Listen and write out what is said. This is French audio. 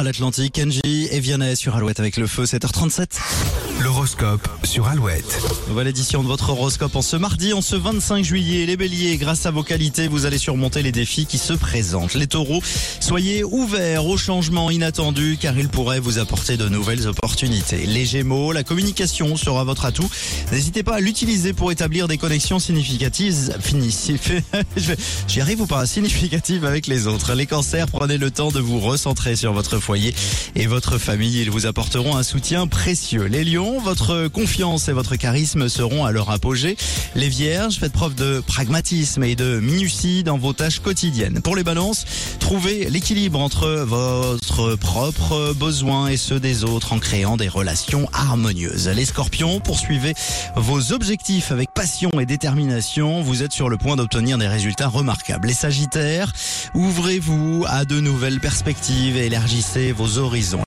à l'Atlantique. Kenji et Vianney sur Alouette avec le feu, 7h37. L'horoscope sur Alouette. Nouvelle édition de votre horoscope en ce mardi, en ce 25 juillet. Les béliers, grâce à vos qualités, vous allez surmonter les défis qui se présentent. Les taureaux, soyez ouverts aux changements inattendus car ils pourraient vous apporter de nouvelles opportunités. Les gémeaux, la communication sera votre atout. N'hésitez pas à l'utiliser pour établir des connexions significatives. J'y arrive ou pas? Significatives avec les autres. Les cancers, prenez le temps de vous recentrer sur votre foyer et votre famille. Ils vous apporteront un soutien précieux. Les lions, votre confiance et votre charisme seront à leur apogée. Les vierges, faites preuve de pragmatisme et de minutie dans vos tâches quotidiennes. Pour les balances, trouvez l'équilibre entre votre propre besoin et ceux des autres en créant des relations harmonieuses. Les scorpions, poursuivez vos objectifs avec passion et détermination. Vous êtes sur le point d'obtenir des résultats remarquables. Les sagittaires, ouvrez-vous à de nouvelles perspectives et élargissez vos horizons.